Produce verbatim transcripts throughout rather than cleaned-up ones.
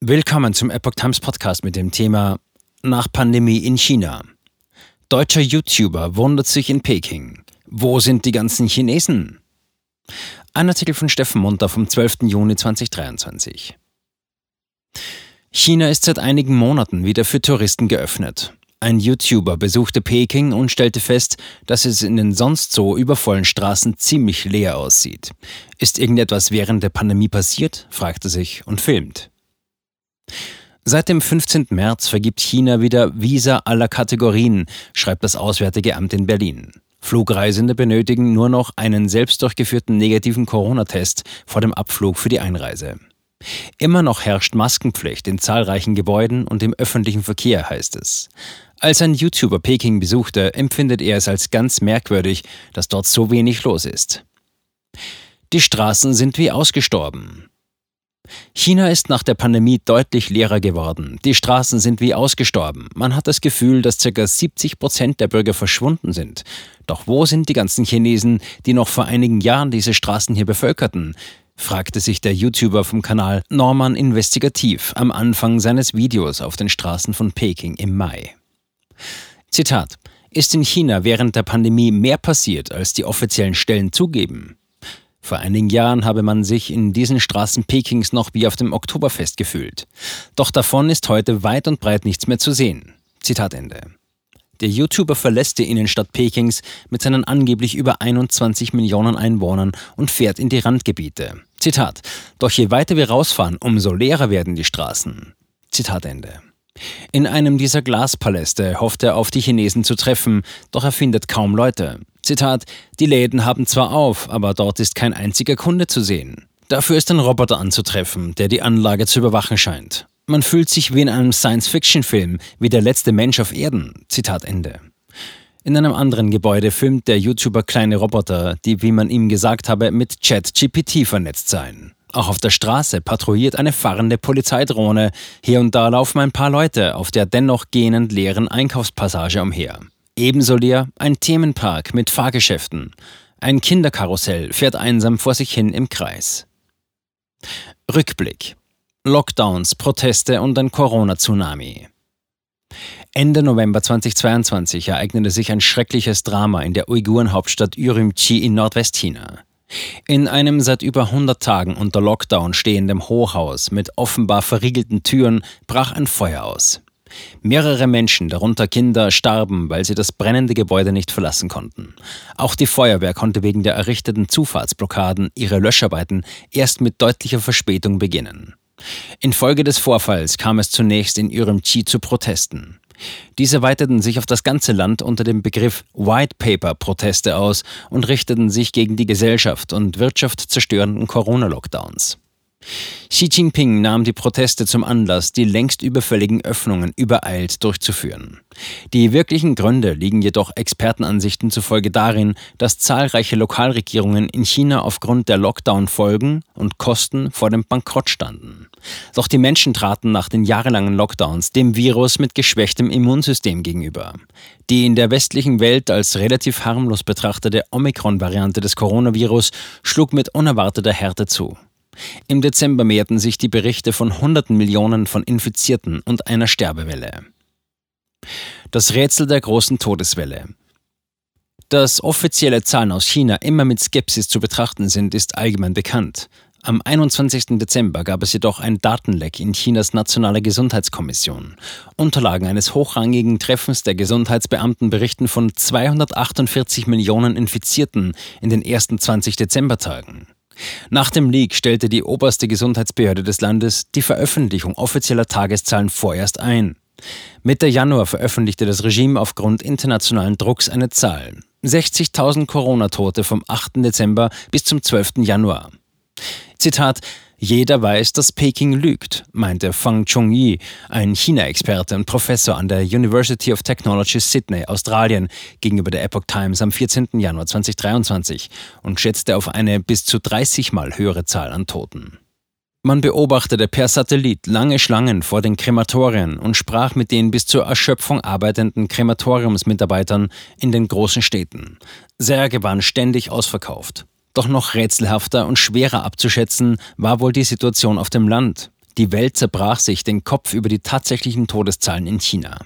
Willkommen zum Epoch Times Podcast mit dem Thema Nach Pandemie in China. Deutscher YouTuber wundert sich in Peking. Wo sind die ganzen Chinesen? Ein Artikel von Steffen Munter vom zwölften Juni zweitausenddreiundzwanzig. China ist seit einigen Monaten wieder für Touristen geöffnet. Ein YouTuber besuchte Peking und stellte fest, dass es in den sonst so übervollen Straßen ziemlich leer aussieht. Ist irgendetwas während der Pandemie passiert? Fragt er sich und filmt. Seit dem fünfzehnten März vergibt China wieder Visa aller Kategorien, schreibt das Auswärtige Amt in Berlin. Flugreisende benötigen nur noch einen selbst durchgeführten negativen Corona-Test vor dem Abflug für die Einreise. Immer noch herrscht Maskenpflicht in zahlreichen Gebäuden und im öffentlichen Verkehr, heißt es. Als ein YouTuber Peking besuchte, empfindet er es als ganz merkwürdig, dass dort so wenig los ist. Die Straßen sind wie ausgestorben. China ist nach der Pandemie deutlich leerer geworden. Die Straßen sind wie ausgestorben. Man hat das Gefühl, dass ca. siebzig Prozent der Bürger verschwunden sind. Doch wo sind die ganzen Chinesen, die noch vor einigen Jahren diese Straßen hier bevölkerten? Fragte sich der YouTuber vom Kanal Norman Investigativ am Anfang seines Videos auf den Straßen von Peking im Mai. Zitat: Ist in China während der Pandemie mehr passiert, als die offiziellen Stellen zugeben? Vor einigen Jahren habe man sich in diesen Straßen Pekings noch wie auf dem Oktoberfest gefühlt. Doch davon ist heute weit und breit nichts mehr zu sehen. Zitat Ende. Der YouTuber verlässt die Innenstadt Pekings mit seinen angeblich über einundzwanzig Millionen Einwohnern und fährt in die Randgebiete. Zitat: Doch je weiter wir rausfahren, umso leerer werden die Straßen. Zitat Ende. In einem dieser Glaspaläste hofft er auf die Chinesen zu treffen, doch er findet kaum Leute. Zitat: Die Läden haben zwar auf, aber dort ist kein einziger Kunde zu sehen. Dafür ist ein Roboter anzutreffen, der die Anlage zu überwachen scheint. Man fühlt sich wie in einem Science-Fiction-Film, wie der letzte Mensch auf Erden. Zitat Ende. In einem anderen Gebäude filmt der YouTuber kleine Roboter, die, wie man ihm gesagt habe, mit ChatGPT vernetzt seien. Auch auf der Straße patrouilliert eine fahrende Polizeidrohne. Hier und da laufen ein paar Leute auf der dennoch gähnend leeren Einkaufspassage umher. Ebenso leer ein Themenpark mit Fahrgeschäften. Ein Kinderkarussell fährt einsam vor sich hin im Kreis. Rückblick. Lockdowns, Proteste und ein Corona-Tsunami. Ende November zweitausendzweiundzwanzig ereignete sich ein schreckliches Drama in der Uiguren-Hauptstadt Ürümqi in Nordwestchina. In einem seit über hundert Tagen unter Lockdown stehenden Hochhaus mit offenbar verriegelten Türen brach ein Feuer aus. Mehrere Menschen, darunter Kinder, starben, weil sie das brennende Gebäude nicht verlassen konnten. Auch die Feuerwehr konnte wegen der errichteten Zufahrtsblockaden ihre Löscharbeiten erst mit deutlicher Verspätung beginnen. Infolge des Vorfalls kam es zunächst in Ürümqi zu Protesten. Diese weiteten sich auf das ganze Land unter dem Begriff White Paper Proteste aus und richteten sich gegen die Gesellschaft und Wirtschaft zerstörenden Corona-Lockdowns. Xi Jinping nahm die Proteste zum Anlass, die längst überfälligen Öffnungen übereilt durchzuführen. Die wirklichen Gründe liegen jedoch Expertenansichten zufolge darin, dass zahlreiche Lokalregierungen in China aufgrund der Lockdown-Folgen und Kosten vor dem Bankrott standen. Doch die Menschen traten nach den jahrelangen Lockdowns dem Virus mit geschwächtem Immunsystem gegenüber. Die in der westlichen Welt als relativ harmlos betrachtete Omikron-Variante des Coronavirus schlug mit unerwarteter Härte zu. Im Dezember mehrten sich die Berichte von hunderten Millionen von Infizierten und einer Sterbewelle. Das Rätsel der großen Todeswelle. Dass offizielle Zahlen aus China immer mit Skepsis zu betrachten sind, ist allgemein bekannt. Am einundzwanzigsten Dezember gab es jedoch ein Datenleck in Chinas Nationale Gesundheitskommission. Unterlagen eines hochrangigen Treffens der Gesundheitsbeamten berichten von zweihundertachtundvierzig Millionen Infizierten in den ersten zwanzig Dezembertagen. Nach dem Leak stellte die oberste Gesundheitsbehörde des Landes die Veröffentlichung offizieller Tageszahlen vorerst ein. Mitte Januar veröffentlichte das Regime aufgrund internationalen Drucks eine Zahl: sechzigtausend Corona-Tote vom achten Dezember bis zum zwölften Januar. Zitat: Jeder weiß, dass Peking lügt, meinte Fang Chongyi, ein China-Experte und Professor an der University of Technology Sydney, Australien, gegenüber der Epoch Times am vierzehnten Januar zweitausenddreiundzwanzig und schätzte auf eine bis zu dreißig Mal höhere Zahl an Toten. Man beobachtete per Satellit lange Schlangen vor den Krematorien und sprach mit den bis zur Erschöpfung arbeitenden Krematoriumsmitarbeitern in den großen Städten. Särge waren ständig ausverkauft. Doch noch rätselhafter und schwerer abzuschätzen war wohl die Situation auf dem Land. Die Welt zerbrach sich den Kopf über die tatsächlichen Todeszahlen in China.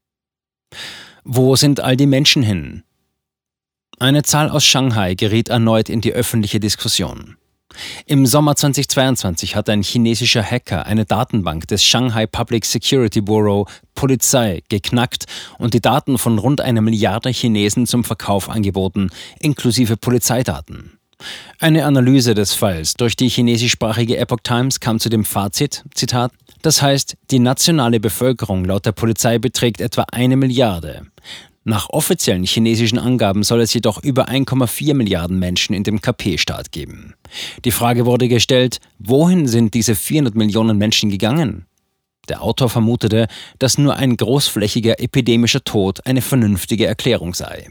Wo sind all die Menschen hin? Eine Zahl aus Shanghai geriet erneut in die öffentliche Diskussion. Im Sommer zweitausendzweiundzwanzig hat ein chinesischer Hacker eine Datenbank des Shanghai Public Security Bureau Polizei geknackt und die Daten von rund einer Milliarde Chinesen zum Verkauf angeboten, inklusive Polizeidaten. Eine Analyse des Falls durch die chinesischsprachige Epoch Times kam zu dem Fazit, Zitat, das heißt, die nationale Bevölkerung laut der Polizei beträgt etwa eine Milliarde. Nach offiziellen chinesischen Angaben soll es jedoch über eins Komma vier Milliarden Menschen in dem K P-Staat geben. Die Frage wurde gestellt, wohin sind diese vierhundert Millionen Menschen gegangen? Der Autor vermutete, dass nur ein großflächiger epidemischer Tod eine vernünftige Erklärung sei.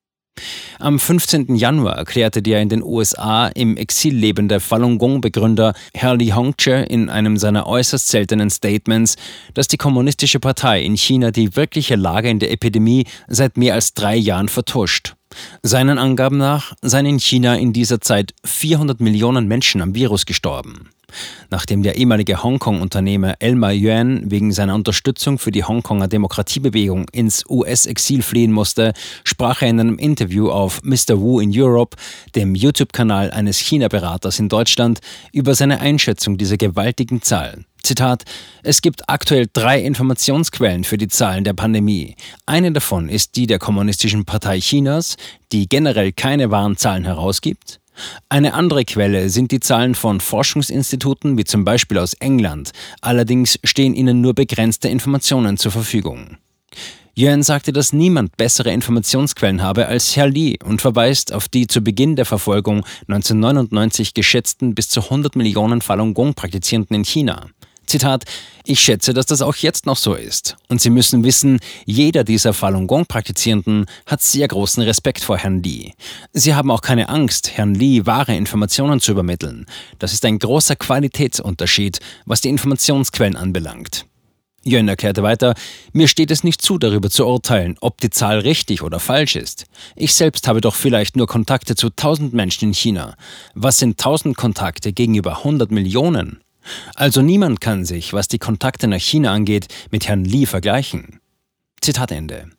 Am fünfzehnten Januar erklärte der in den U S A im Exil lebende Falun Gong-Begründer Herli Hongzhi in einem seiner äußerst seltenen Statements, dass die Kommunistische Partei in China die wirkliche Lage in der Epidemie seit mehr als drei Jahren vertuscht. Seinen Angaben nach seien in China in dieser Zeit vierhundert Millionen Menschen am Virus gestorben. Nachdem der ehemalige Hongkong-Unternehmer Elmer Yuan wegen seiner Unterstützung für die Hongkonger Demokratiebewegung ins U S-Exil fliehen musste, sprach er in einem Interview auf Mister Wu in Europe, dem YouTube-Kanal eines China-Beraters in Deutschland, über seine Einschätzung dieser gewaltigen Zahl. Zitat, es gibt aktuell drei Informationsquellen für die Zahlen der Pandemie. Eine davon ist die der Kommunistischen Partei Chinas, die generell keine wahren Zahlen herausgibt. Eine andere Quelle sind die Zahlen von Forschungsinstituten, wie zum Beispiel aus England. Allerdings stehen ihnen nur begrenzte Informationen zur Verfügung. Yuan sagte, dass niemand bessere Informationsquellen habe als Herr Li und verweist auf die zu Beginn der Verfolgung neunzehnhundertneunundneunzig geschätzten bis zu hundert Millionen Falun Gong-Praktizierenden in China. Zitat, ich schätze, dass das auch jetzt noch so ist. Und Sie müssen wissen, jeder dieser Falun Gong-Praktizierenden hat sehr großen Respekt vor Herrn Li. Sie haben auch keine Angst, Herrn Li wahre Informationen zu übermitteln. Das ist ein großer Qualitätsunterschied, was die Informationsquellen anbelangt. Yuan erklärte weiter, mir steht es nicht zu, darüber zu urteilen, ob die Zahl richtig oder falsch ist. Ich selbst habe doch vielleicht nur Kontakte zu tausend Menschen in China. Was sind tausend Kontakte gegenüber hundert Millionen? Also niemand kann sich, was die Kontakte nach China angeht, mit Herrn Li vergleichen. Zitat Ende.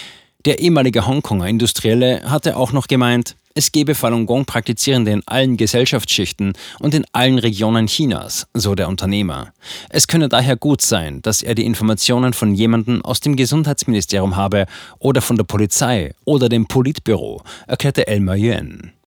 Der ehemalige Hongkonger Industrielle hatte auch noch gemeint, es gebe Falun Gong-Praktizierende in allen Gesellschaftsschichten und in allen Regionen Chinas, so der Unternehmer. Es könne daher gut sein, dass er die Informationen von jemandem aus dem Gesundheitsministerium habe oder von der Polizei oder dem Politbüro, erklärte Elmer Yuan.